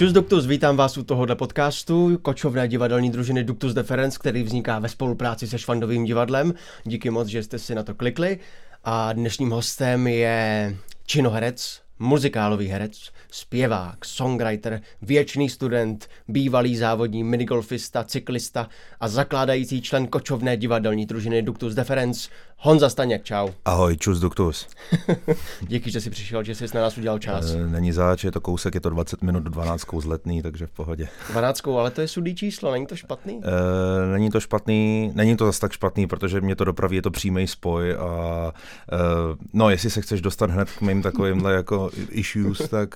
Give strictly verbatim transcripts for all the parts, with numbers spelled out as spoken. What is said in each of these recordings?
Čus Ductus, vítám vás u tohohle podcastu kočovné divadelní družiny Ductus Deferens, který vzniká ve spolupráci se Švandovým divadlem. Díky moc, že jste si na to klikli. A dnešním hostem je činoherec, muzikálový herec, zpěvák, songwriter, věčný student, bývalý závodní minigolfista, cyklista a zakládající člen kočovné divadelní družiny Ductus Deferens, Honza Staněk. Čau. Ahoj, čus Ductus. Díky, že jsi přišel, že jsi na nás udělal čas. Není zač, je to kousek, je to dvacet minut do dvanáctkou z Letný, takže v pohodě. dvanáctkou, ale to je sudý číslo, není to špatný? E, není to špatný, není to zas tak špatný, protože mě to dopraví, je to přímý spoj a e, no, jestli se chceš dostat hned k mým takovýmhle jako issues, tak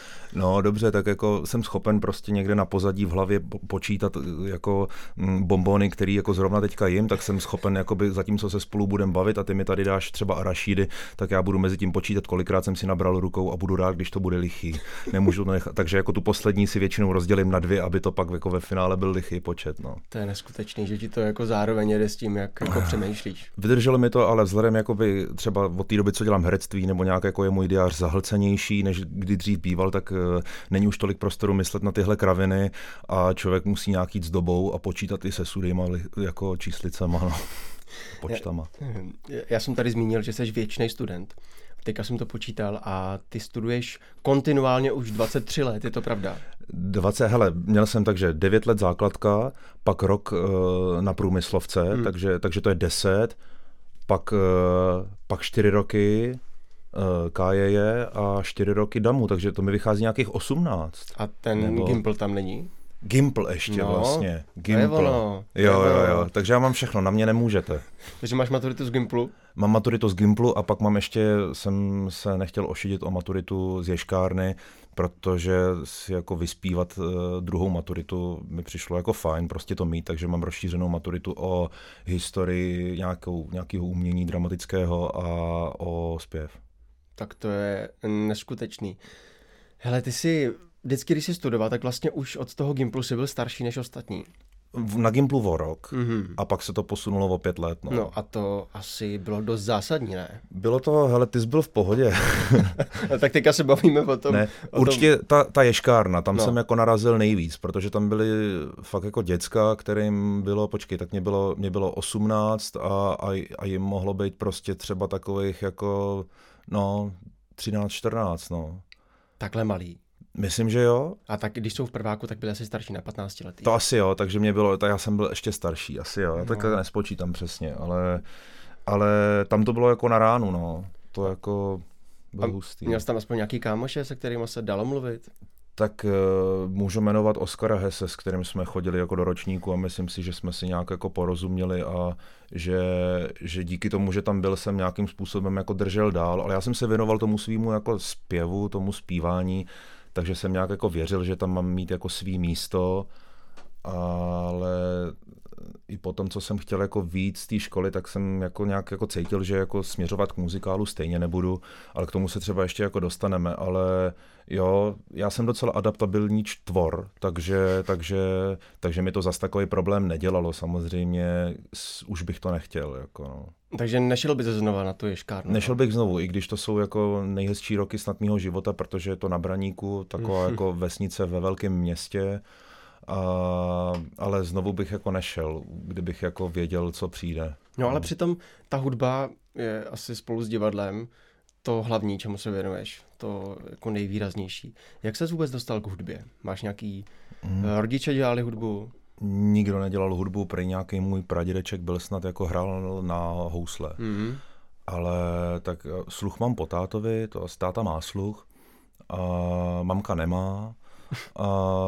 no dobře, tak jako jsem schopen prostě někde na pozadí v hlavě počítat jako bonbony, který jako zrovna teďka jim, tak jsem schopen jakoby zatímco se spolu budem bavit a ty mi tady dáš třeba arašídy, tak já budu mezi tím počítat, kolikrát jsem si nabral rukou a budu rád, když to bude lichý. Nemůžu to nechat, takže jako tu poslední si většinou rozdělím na dvě, aby to pak jako ve finále byl lichý počet, no. To je neskutečný, že ti to jako zároveň jede s tím, jak jako přemýšlíš. Vydrželo mi to, ale vzhledem jakoby třeba od té doby, co dělám herectví, nebo nějak jako je můj diář zahlcenější, než kdy dřív býval, tak uh, není už tolik prostoru myslet na tyhle kraviny a člověk musí nějak jít s dobou a počítat i se sudejma jako číslicema, no. Počtama. Já, já jsem tady zmínil, že jsi věčný student. Teďka jsem to počítal a ty studuješ kontinuálně už dvacet tři let, je to pravda? dvacet, hele, měl jsem takže devět let základka, pak rok uh, na průmyslovce, hmm. takže, takže to je deset, pak, uh, pak čtyři roky uh, K J J a čtyři roky damu, takže to mi vychází nějakých osmnáct. A ten Nebo... Gimpl tam není? Gimpl ještě no, To vlastně. je Gimpl. ono. Jo, jo, jo. Takže já mám všechno, na mě nemůžete. Takže máš maturitu z Gimplu? Mám maturitu z Gimplu a pak mám ještě, jsem se nechtěl ošidit o maturitu z ješkárny, protože si jako vyspívat uh, druhou maturitu mi přišlo jako fajn, prostě to mít, takže mám rozšířenou maturitu o historii nějakou, nějakého umění dramatického a o zpěv. Tak to je neskutečný. Hele, ty jsi... Vždycky, když jsi studoval, tak vlastně už od toho Gimplu jsi byl starší než ostatní. Na Gimplu o rok mm-hmm. a pak se to posunulo o pět let. No. no a to asi bylo dost zásadní, ne? Bylo to, hele, ty jsi byl v pohodě. no, tak teďka se bavíme o tom. Ne, o určitě tom... ta, ta ješkárna, tam no. jsem jako narazil nejvíc, protože tam byly fakt jako děcka, kterým bylo, počkej, tak mě bylo, mě bylo osmnáct a, a, a jim mohlo být prostě třeba takových jako, no, třináct čtrnáct, no. Takhle malý. Myslím, že jo. A tak když jsou v prváku, tak byli asi starší na patnáct letý. To asi jo, takže mě bylo, tak já jsem byl ještě starší, asi jo. Já tak no. nespočítám přesně, ale, ale tam to bylo jako na ránu, no. To jako bylo hustý. Měl jsi tam aspoň nějaký kámoše, se kterými se dalo mluvit? Tak uh, můžu jmenovat Oskara Hesse, s kterým jsme chodili jako do ročníku a myslím si, že jsme si nějak jako porozuměli a že, že díky tomu, že tam byl, jsem nějakým způsobem jako držel dál, ale já jsem se věnoval tomu svýmu jako zpěvu, tomu zpívání, takže jsem nějak jako věřil, že tam mám mít jako svý místo, ale i po tom, co jsem chtěl jako víc z té školy, tak jsem jako nějak jako cítil, že jako směřovat k muzikálu stejně nebudu, ale k tomu se třeba ještě jako dostaneme, ale jo, já jsem docela adaptabilní čtvor, takže, takže, takže mi to zas takový problém nedělalo, samozřejmě už bych to nechtěl, jako no. Takže nešel bys znova na tu ješkárnu? Nešel bych znovu, i když to jsou jako nejhezčí roky snad mýho života, protože je to na Braníku, taková jako vesnice ve velkém městě, a, ale znovu bych jako nešel, kdybych jako věděl, co přijde. No ale přitom ta hudba je asi spolu s divadlem to hlavní, čemu se věnuješ, to jako nejvýraznější. Jak ses vůbec dostal k hudbě? Máš nějaký hmm. rodiče dělali hudbu? Nikdo nedělal hudbu, prý nějaký můj pradědeček byl snad jako hrál na housle. Mm-hmm. Ale tak sluch mám po tátovi, to táta má sluch, a mamka nemá. A,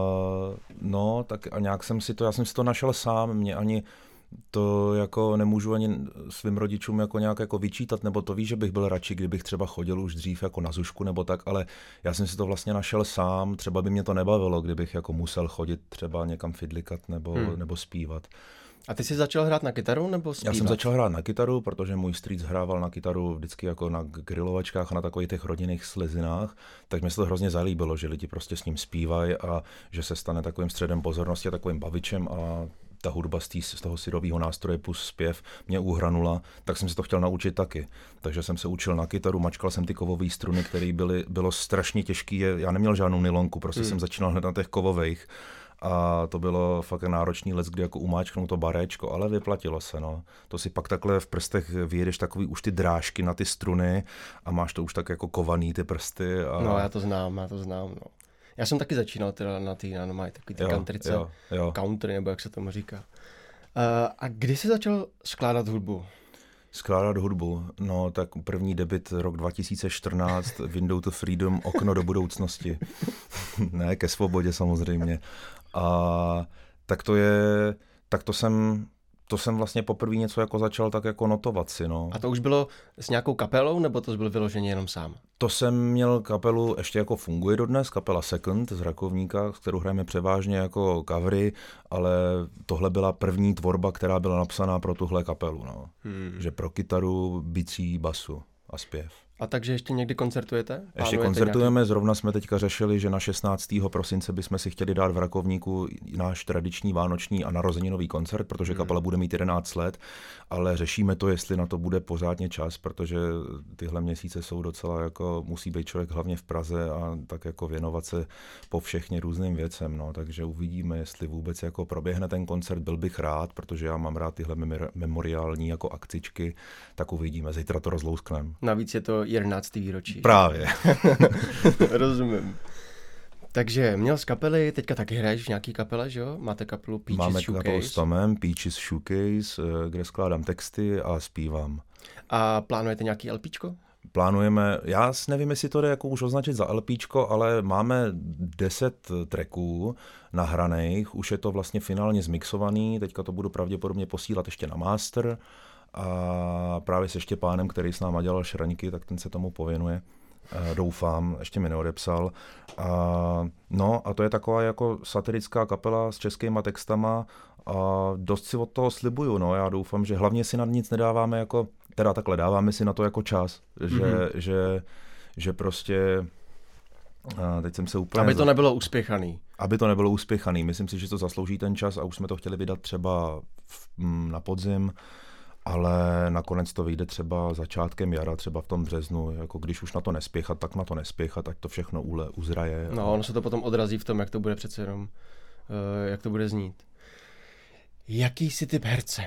no, tak a nějak jsem si to, já jsem si to našel sám, mě ani to jako nemůžu ani svým rodičům jako nějak jako vyčítat, nebo to víš, že bych byl radši, kdybych třeba chodil už dřív jako na zušku nebo tak, ale já jsem si to vlastně našel sám, třeba by mě to nebavilo, kdybych jako musel chodit třeba někam fidlikat nebo, hmm. nebo zpívat. A ty jsi začal hrát na kytaru nebo zpívat? Já jsem začal hrát na kytaru, protože můj strýc hrával na kytaru vždycky jako na grilovačkách a na takových těch rodinných slizinách, tak mi se to hrozně zalíbilo, že lidi prostě s ním zpívají a že se stane takovým středem pozornosti a takovým bavičem a ta hudba z, tý, z toho syrového nástroje plus zpěv mě uhranula, tak jsem se to chtěl naučit taky. Takže jsem se učil na kytaru, mačkal jsem ty kovové struny, které byly, bylo strašně těžké. Já neměl žádnou nylonku, prostě hmm. jsem začínal hned na těch kovových. A to bylo fakt náročný let, kdy jako umáčknout to baréčko, ale vyplatilo se, no. To si pak takhle v prstech vyjedeš takový už ty drážky na ty struny a máš to už tak jako kovaný ty prsty. A... No já to znám, já to znám, no. Já jsem taky začínal teda na ty, na mají takový ty jo, countryce, jo, jo. country, nebo jak se tomu říká. Uh, a kdy jsi začal skládat hudbu? Skládat hudbu, no tak první debut rok dva tisíce čtrnáct, Window to Freedom, okno do budoucnosti. Ne, ke svobodě samozřejmě. A tak to je, tak to jsem, to jsem vlastně poprvé něco jako začal tak jako notovat si, no. A to už bylo s nějakou kapelou, nebo to byl vyloženě jenom sám? To jsem měl kapelu, ještě jako funguje dodnes, kapela Second z Rakovníka, s kterou hrajeme převážně jako covery, ale tohle byla první tvorba, která byla napsaná pro tuhle kapelu, no. Hmm. Že pro kytaru, bicí, basu a zpěv. A takže ještě někdy koncertujete? Plánujete ještě koncertujeme, nějaký... zrovna jsme teďka řešili, že na šestnáctého prosince bychom si chtěli dát v Rakovníku náš tradiční vánoční a narozeninový koncert, protože hmm. kapela bude mít jedenáct let, ale řešíme to, jestli na to bude pořádně čas, protože tyhle měsíce jsou docela jako, musí být člověk hlavně v Praze a tak jako věnovat se po všechně různým věcem, no, takže uvidíme, jestli vůbec jako proběhne ten koncert, byl bych rád, protože já mám rád tyhle memoriální jako akcičky, tak uvidíme, zítra to rozlouskneme. Navíc je to jedenácté výročí. Právě. Rozumím. Takže měl z kapely, teďka taky hraješ v nějaký kapele, že jo? Máte kapelu Peaches Máme Shoecase. Máme kapelu s Tomem, Peaches Shoecase, kde skládám texty a zpívám. A plánujete nějaký LPčko? Plánujeme, já nevím, jestli to jde jako už označit za LPčko, ale máme deset tracků nahraných, už je to vlastně finálně zmixovaný, teďka to budu pravděpodobně posílat ještě na master. A právě se Štěpánem, který s náma dělal šraňky, tak ten se tomu pověnuje. Doufám, ještě mi neodepsal. A, no a to je taková jako satirická kapela s českýma textama a dost si od toho slibuju. No. Já doufám, že hlavně si na nic nedáváme jako, teda takhle dáváme si na to jako čas, že, mm-hmm. že, že prostě a teď jsem se úplně... Aby to nebylo uspěchaný. Aby to nebylo uspěchaný. Myslím si, že to zaslouží ten čas a už jsme to chtěli vydat třeba v, na podzim. Ale nakonec to vyjde třeba začátkem jara, třeba v tom březnu, jako když už na to nespěchat, tak na to nespěchat, ať to všechno ule, uzraje. No, ono se to potom odrazí v tom, jak to bude přece jenom, uh, jak to bude znít. Jaký jsi typ herce?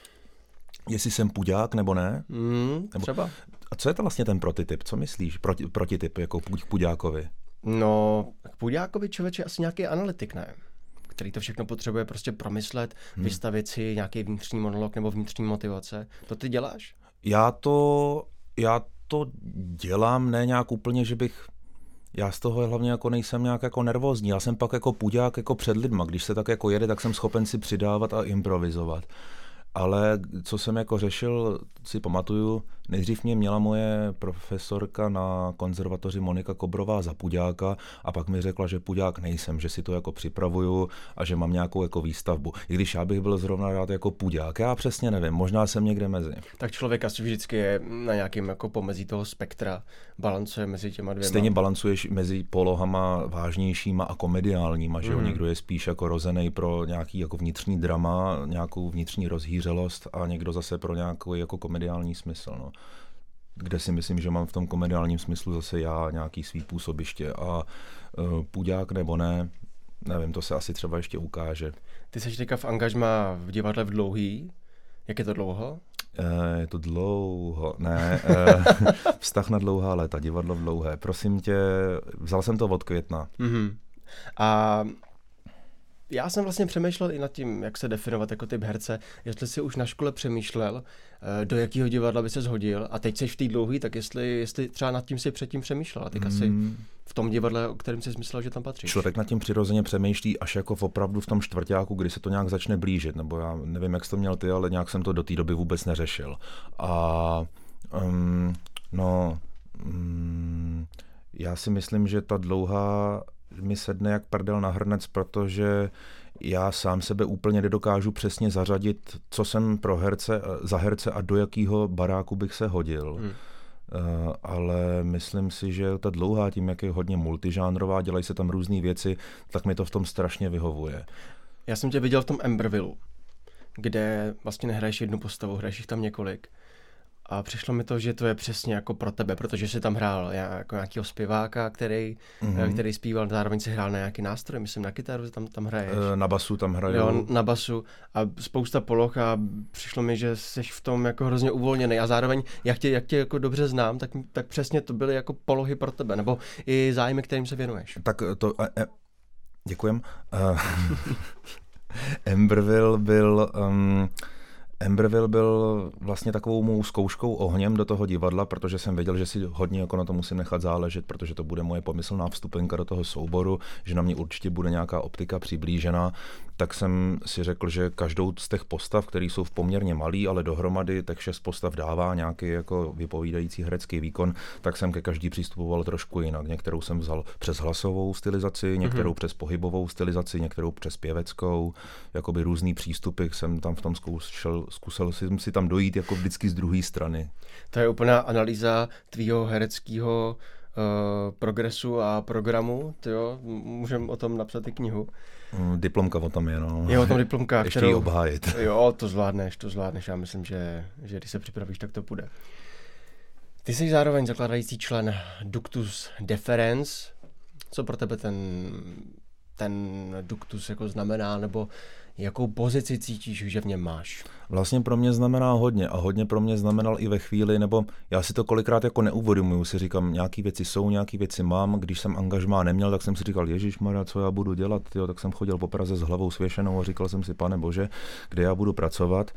Jestli jsem puďák nebo ne? Mm, nebo, třeba. A co je to vlastně ten prototyp? Co myslíš? Proti, prototyp jako puďákovi? No, k puďákovi člověk je asi nějaký analytik, ne? Který to všechno potřebuje prostě promyslet, hmm. vystavit si nějaký vnitřní monolog nebo vnitřní motivace. To ty děláš? Já to, já to dělám, ne nějak úplně, že bych... Já z toho hlavně jako nejsem nějak jako nervózní. Já jsem pak jako puďák jako před lidma. Když se tak jako jede, tak jsem schopen si přidávat a improvizovat. Ale co jsem jako řešil, si pamatuju, nejdřív mě měla moje profesorka na konzervatoři Monika Kobrová za puďáka a pak mi řekla, že puďák nejsem, že si to jako připravuju a že mám nějakou jako výstavbu. I když já bych byl zrovna rád jako puďák, já přesně nevím, možná jsem někde mezi. Tak člověk asi vždycky je na nějakým jako pomezí toho spektra, balancuje mezi těma dvěma. Stejně balancuješ mezi polohama vážnějšíma a komediálníma, mm. že jo, někdo je spíš jako rozený pro nějaký jako vnitřní drama, nějakou vnitřní rozhýřelost a někdo zase pro nějaký jako komediální smysl, no. Kde si myslím, že mám v tom komediálním smyslu zase já nějaký svý působiště a uh, puďák nebo ne, nevím, to se asi třeba ještě ukáže. Ty jsi teďka v angažmá v divadle v Dlouhý, jak je to dlouho? Uh, je to dlouho, ne, uh, vztah na dlouhá léta, divadlo v Dlouhé, prosím tě, vzal jsem to od května. Mm-hmm. A já jsem vlastně přemýšlel i nad tím, jak se definovat jako typ herce, jestli si už na škole přemýšlel, do jakého divadla by se shodil a teď jsi v té Dlouhý, tak jestli, jestli třeba nad tím si předtím přemýšlel a teď asi mm. v tom divadle, o kterém jsi myslel, že tam patříš. Člověk nad tím přirozeně přemýšlí až jako opravdu v tom čtvrťáku, kdy se to nějak začne blížit, nebo já nevím, jak jsi to měl ty, ale nějak jsem to do té doby vůbec neřešil. A um, no, um, já si myslím, že ta Dlouhá mi sedne jak prdel na hrnec, protože já sám sebe úplně nedokážu přesně zařadit, co jsem pro herce, za herce a do jakého baráku bych se hodil. Hmm. Uh, ale myslím si, že ta Dlouhá, tím, jak je hodně multižánrová, dělají se tam různé věci, tak mi to v tom strašně vyhovuje. Já jsem tě viděl v tom Ambervillu. kde vlastně nehraješ jednu postavu, hraješ jich tam několik. A přišlo mi to, že to je přesně jako pro tebe, protože jsi tam hrál jako nějakýho zpěváka, který, mm-hmm. který zpíval, zároveň si hrál na nějaký nástroj, myslím na kytaru, tam, tam hraješ. Na basu tam hraju. Jo, na basu a spousta poloh a přišlo mi, že jsi v tom jako hrozně uvolněný a zároveň, jak tě, jak tě jako dobře znám, tak, tak přesně to byly jako polohy pro tebe, nebo i zájmy, kterým se věnuješ. Tak to, e, děkujem. Emberville byl... Um, Emberville byl vlastně takovou mou zkouškou ohněm do toho divadla, protože jsem věděl, že si hodně jako na to musím nechat záležet, protože to bude moje pomyslná vstupenka do toho souboru, že na mě určitě bude nějaká optika přiblížená, tak jsem si řekl, že každou z těch postav, které jsou v poměrně malý, ale dohromady tak šest postav dává nějaký jako vypovídající herecký výkon, tak jsem ke každý přistupoval trošku jinak. Některou jsem vzal přes hlasovou stylizaci, některou mm-hmm. přes pohybovou stylizaci, některou přes pěveckou, jakoby různý přístupy jsem tam v tom zkoušel. Zkusil jsem si tam dojít jako vždycky z druhé strany. To je úplná analýza tvýho hereckého uh, progresu a programu. Tyjo, můžeme o tom napsat i knihu. Diplomka o tom je, no. Je o tom diplomka, ještě kterou... ji obhájit. Jo, to zvládneš, to zvládneš. Já myslím, že, že když se připravíš, tak to půjde. Ty jsi zároveň zakládající člen Ductus Deferens. Co pro tebe ten, ten Ductus jako znamená, nebo jakou pozici cítíš, že v něm máš? Vlastně pro mě znamená hodně a hodně pro mě znamenal i ve chvíli, nebo já si to kolikrát jako neuvědomuju, si říkám, nějaký věci jsou, nějaký věci mám, když jsem angažmá neměl, tak jsem si říkal, ježišmarja, co já budu dělat, jo, tak jsem chodil po Praze s hlavou svěšenou a říkal jsem si, pane bože, kde já budu pracovat.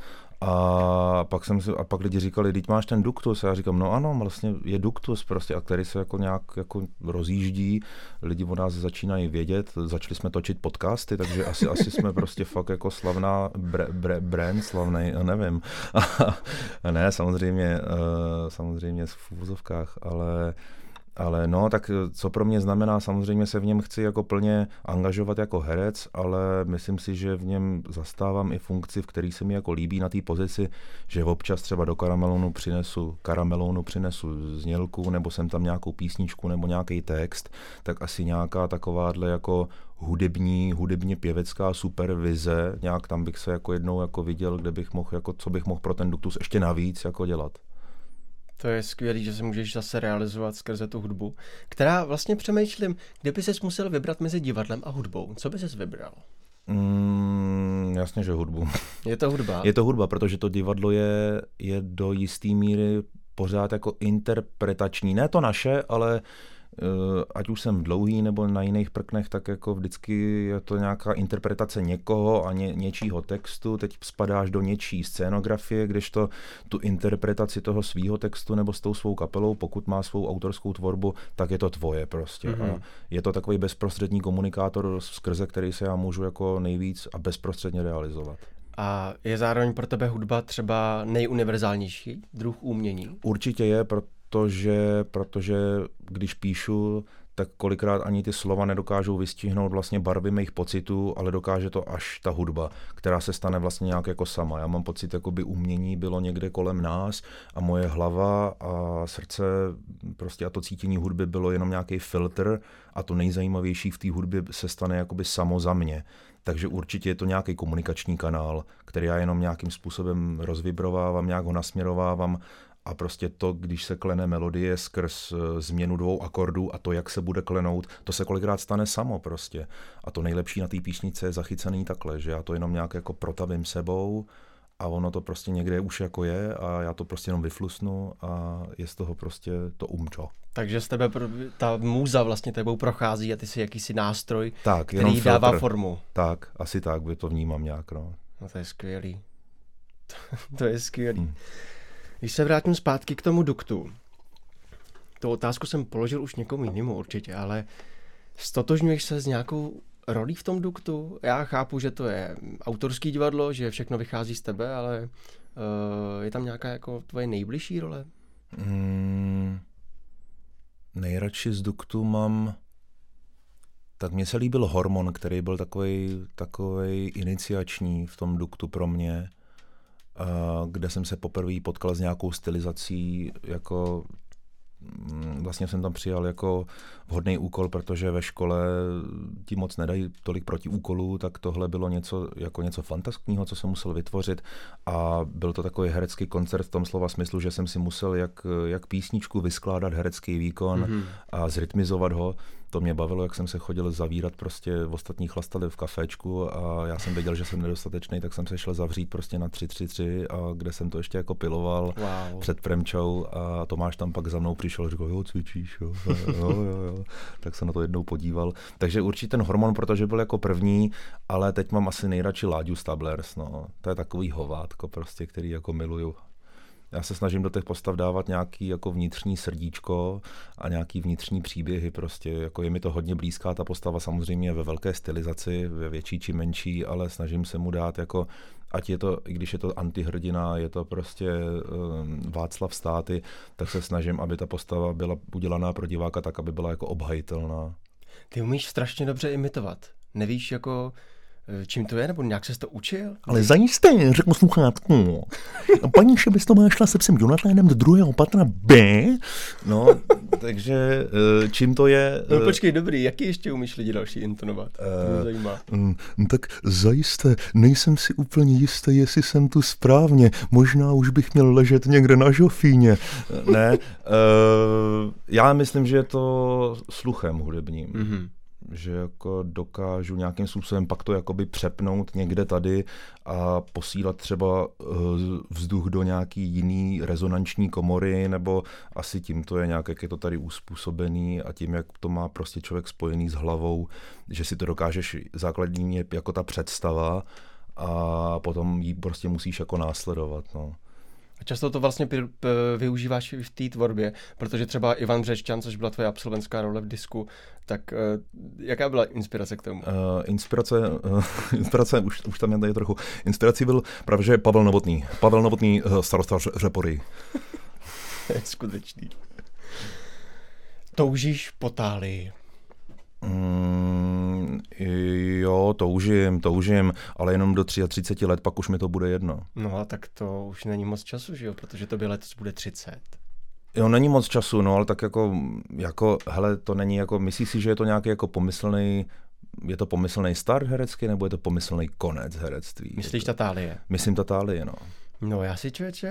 A pak jsem si, a pak lidi říkali, teď máš ten Ductus, a já říkám, no ano, vlastně je Ductus prostě, a který se jako nějak jako rozjíždí, lidi o nás začínají vědět, začali jsme točit podcasty, takže asi, asi jsme prostě fakt jako slavná bre, bre, brand, slavnej, nevím. Ne, samozřejmě, samozřejmě v úvozovkách, ale Ale no, tak co pro mě znamená, samozřejmě se v něm chci jako plně angažovat jako herec, ale myslím si, že v něm zastávám i funkci, v který se mi jako líbí na té pozici, že občas třeba do karamelonu přinesu, karamelonu přinesu znělku, nebo jsem tam nějakou písničku nebo nějaký text, tak asi nějaká takováhle jako hudební, hudebně pěvecká supervize, nějak tam bych se jako jednou jako viděl, kde bych mohl, jako, co bych mohl pro ten Ductus ještě navíc jako dělat. To je skvělý, že se můžeš zase realizovat skrze tu hudbu, která vlastně přemýšlím, kde by ses musel vybrat mezi divadlem a hudbou. Co by ses vybral? Mm, jasně, že hudbu. Je to hudba? Je to hudba, protože to divadlo je, je do jistý míry pořád jako interpretační. Ne to naše, ale ať už jsem dlouhý nebo na jiných prknech, tak jako vždycky je to nějaká interpretace někoho a ně, něčího textu. Teď spadáš do něčí scénografie, kdežto tu interpretaci toho svýho textu nebo s tou svou kapelou, pokud má svou autorskou tvorbu, tak je to tvoje prostě. Mm-hmm. A je to takový bezprostřední komunikátor, skrze který se já můžu jako nejvíc a bezprostředně realizovat. A je zároveň pro tebe hudba třeba nejuniverzálnější druh umění? Určitě je, protože, protože když píšu, tak kolikrát ani ty slova nedokážou vystihnout vlastně barvy mých pocitů, ale dokáže to až ta hudba, která se stane vlastně nějak jako sama. Já mám pocit, jako by umění bylo někde kolem nás a moje hlava a srdce prostě a to cítění hudby bylo jenom nějaký filtr a to nejzajímavější v té hudbě se stane jakoby samo za mě. Takže určitě je to nějaký komunikační kanál, který já jenom nějakým způsobem rozvibrovávám, nějak ho nasměrovávám. A prostě to, když se klene melodie skrz změnu dvou akordů a to, jak se bude klenout, to se kolikrát stane samo prostě. A to nejlepší na té písnice je zachycený takhle, že já to jenom nějak jako protavím sebou a ono to prostě někde už jako je a já to prostě jenom vyflusnu a je z toho prostě to umčo. Takže z tebe ta můza vlastně tebou prochází a ty jsi jakýsi nástroj, tak, který dává formu. Tak, asi tak, by to vnímám nějak. No, no to je skvělý. To je skvělý. Hmm. Když se vrátím zpátky k tomu Ductu, tu otázku jsem položil už někomu jinému určitě, ale stotožňuješ se s nějakou rolí v tom Ductu? Já chápu, že to je autorský divadlo, že všechno vychází z tebe, ale uh, je tam nějaká jako tvoje nejbližší role? Hmm, nejradši z Ductu mám... Tak mně se líbil Hormon, který byl takovej, takovej iniciační v tom Ductu pro mě, kde jsem se poprvé potkal s nějakou stylizací jako vlastně jsem tam přijal jako vhodný úkol, protože ve škole ti moc nedají tolik protiúkolů, tak tohle bylo něco jako něco fantastického, co jsem musel vytvořit a byl to takový herecký koncert v tom slova smyslu, že jsem si musel jak, jak písničku vyskládat herecký výkon mm-hmm. a zrytmizovat ho. To mě bavilo, jak jsem se chodil zavírat, prostě ostatní chlastali v kaféčku a já jsem věděl, že jsem nedostatečný, tak jsem se šel zavřít prostě na tři tři tři a kde jsem to ještě jako piloval wow. před premčou a Tomáš tam pak za mnou přišel a řekl, jo, cvičíš, jo, jo, jo, jo. Tak se na to jednou podíval. Takže určitě ten Hormon, protože byl jako první, ale teď mám asi nejradši Láďu Stablers, no. To je takový hovátko prostě, který jako miluju. Já se snažím do těch postav dávat nějaký jako vnitřní srdíčko a nějaký vnitřní příběhy prostě, jako je mi to hodně blízká ta postava samozřejmě ve velké stylizaci, ve větší či menší, ale snažím se mu dát jako, ať je to, i když je to antihrdina, je to prostě um, Václav Státy, tak se snažím, aby ta postava byla udělaná pro diváka tak, aby byla jako obhajitelná. Ty umíš strašně dobře imitovat. Nevíš jako čím to je, nebo nějak ses to učil? Ale zajisté, řekl sluchátku. Paní Šebestová šla se psem Jonatánem do druhého patra B. No, takže čím to je? No počkej, dobrý, jaký ještě umíš lidi další intonovat? To mě zajímá. Uh, tak zajisté, nejsem si úplně jistý, jestli jsem tu správně. Možná už bych měl ležet někde na žofíně. Ne, uh, já myslím, že je to sluchem hudebním. Mm-hmm. Že jako dokážu nějakým způsobem pak to jakoby přepnout někde tady a posílat třeba vzduch do nějaký jiný rezonanční komory, nebo asi tím to je nějak, jak je to tady uspůsobený a tím, jak to má prostě člověk spojený s hlavou, že si to dokážeš základní jako ta představa a potom ji prostě musíš jako následovat, no. A často to vlastně p- p- využíváš i v té tvorbě, protože třeba Ivan Břešťan, což byla tvoje absolventská role v disku, tak uh, jaká byla inspirace k tomu? Uh, inspirace, uh, inspirace už, už tam je tady trochu. Inspirací byl právě, že Pavel Novotný. Pavel Novotný, uh, starosta Řepory. Je skutečný. Toužíš po Tálii? Mm, jo, toužím, toužím, ale jenom do třiceti tří let, pak už mi to bude jedno. No a tak to už není moc času, že jo, protože to by letos bude třicet. Jo, není moc času, no, ale tak jako, jako, hele, to není jako, myslíš si, že je to nějaký jako pomyslný, je to pomyslný start herecky, nebo je to pomyslný konec herectví? Myslíš ta Tálie? Myslím ta Tálie, no. No já si člověče,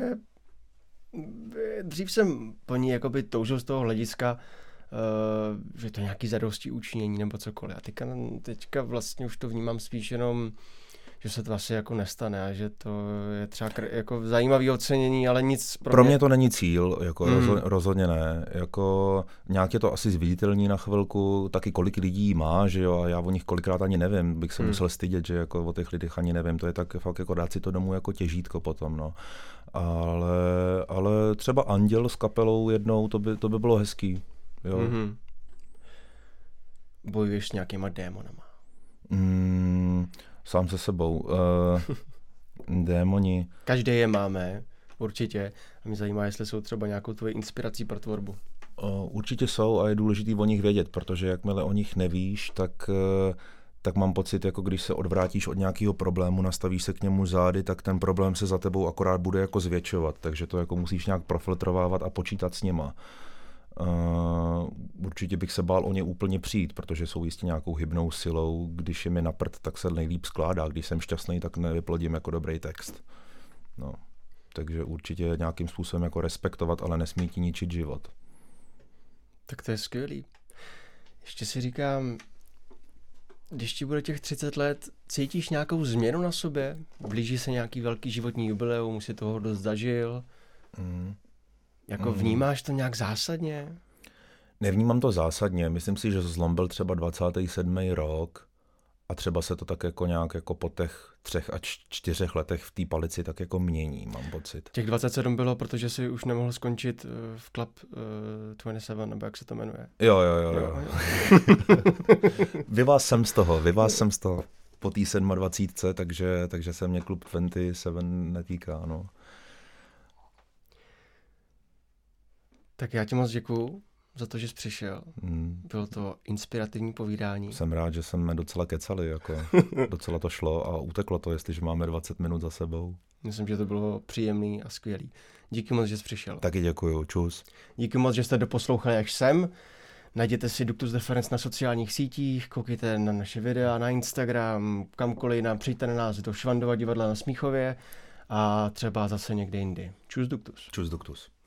dřív jsem po ní jakoby toužil z toho hlediska, Uh, že to je nějaký zadosti učinění nebo cokoliv. A teďka, teďka vlastně už to vnímám spíš jenom, že se to asi jako nestane a že to je třeba kr- jako zajímavý ocenění, ale nic pro, pro mě... mě to není cíl, jako mm. rozho- rozhodně ne. Jako nějak je to asi zviditelní na chvilku, taky kolik lidí má, že jo, a já o nich kolikrát ani nevím, bych se mm. musel stydět, že jako o těch lidech ani nevím, to je tak fakt jako dát si to domů jako těžítko potom, no. Ale, ale třeba Anděl s kapelou jednou, to by, to by bylo hezký. Jo. Mm-hmm. Bojuješ s nějakýma démonama? Mm, sám se sebou. Uh, démoni. Každý je máme, určitě. A mě zajímá, jestli jsou třeba nějakou tvoji inspirací pro tvorbu. Uh, určitě jsou a je důležité o nich vědět, protože jakmile o nich nevíš, tak, uh, tak mám pocit, jako když se odvrátíš od nějakého problému, nastavíš se k němu zády, tak ten problém se za tebou akorát bude jako zvětšovat. Takže to jako musíš nějak profiltrovávat a počítat s nima. Uh, určitě bych se bál o ně úplně přijít, protože jsou jistě nějakou hybnou silou. Když je mi na prd, tak se nejlíp skládá. Když jsem šťastný, tak nevyplodím jako dobrý text. No. Takže určitě nějakým způsobem jako respektovat, ale nesmí ti ničit život. Tak to je skvělý. Ještě si říkám, když ti bude těch třicet let, cítíš nějakou změnu na sobě? Blíží se nějaký velký životní jubileum, už si toho dost zažil? Mm. Jako vnímáš to nějak zásadně? Nevnímám to zásadně. Myslím si, že zlom byl třeba dvacátý sedmý rok a třeba se to tak jako nějak jako po těch třech a čtyřech letech v té palici tak jako mění, mám pocit. Těch dvacet sedm bylo, protože jsi už nemohl skončit v Club uh, dvacet sedm, nebo jak se to jmenuje? Jo, jo, jo. jo. Vyvaz jsem z toho, vyvaz jsem z toho po té sedmadvacítce, takže, takže se mě Klub dvacet sedm netýká, no. Tak já ti moc děkuju za to, že jsi přišel. Hmm. Bylo to inspirativní povídání. Jsem rád, že jsme docela kecali, jako docela to šlo a uteklo to, jestliže máme dvacet minut za sebou. Myslím, že to bylo příjemný a skvělý. Díky moc, že jsi přišel. Taky děkuju, čus. Díky moc, že jste doposlouchali až sem. Najděte si Ductus Deferens na sociálních sítích, koukejte na naše videa, na Instagram, kamkoliv nám přijďte na nás do Švandova divadla na Smíchově a třeba zase někde jindy. Čus Ductus. Čus Ductus.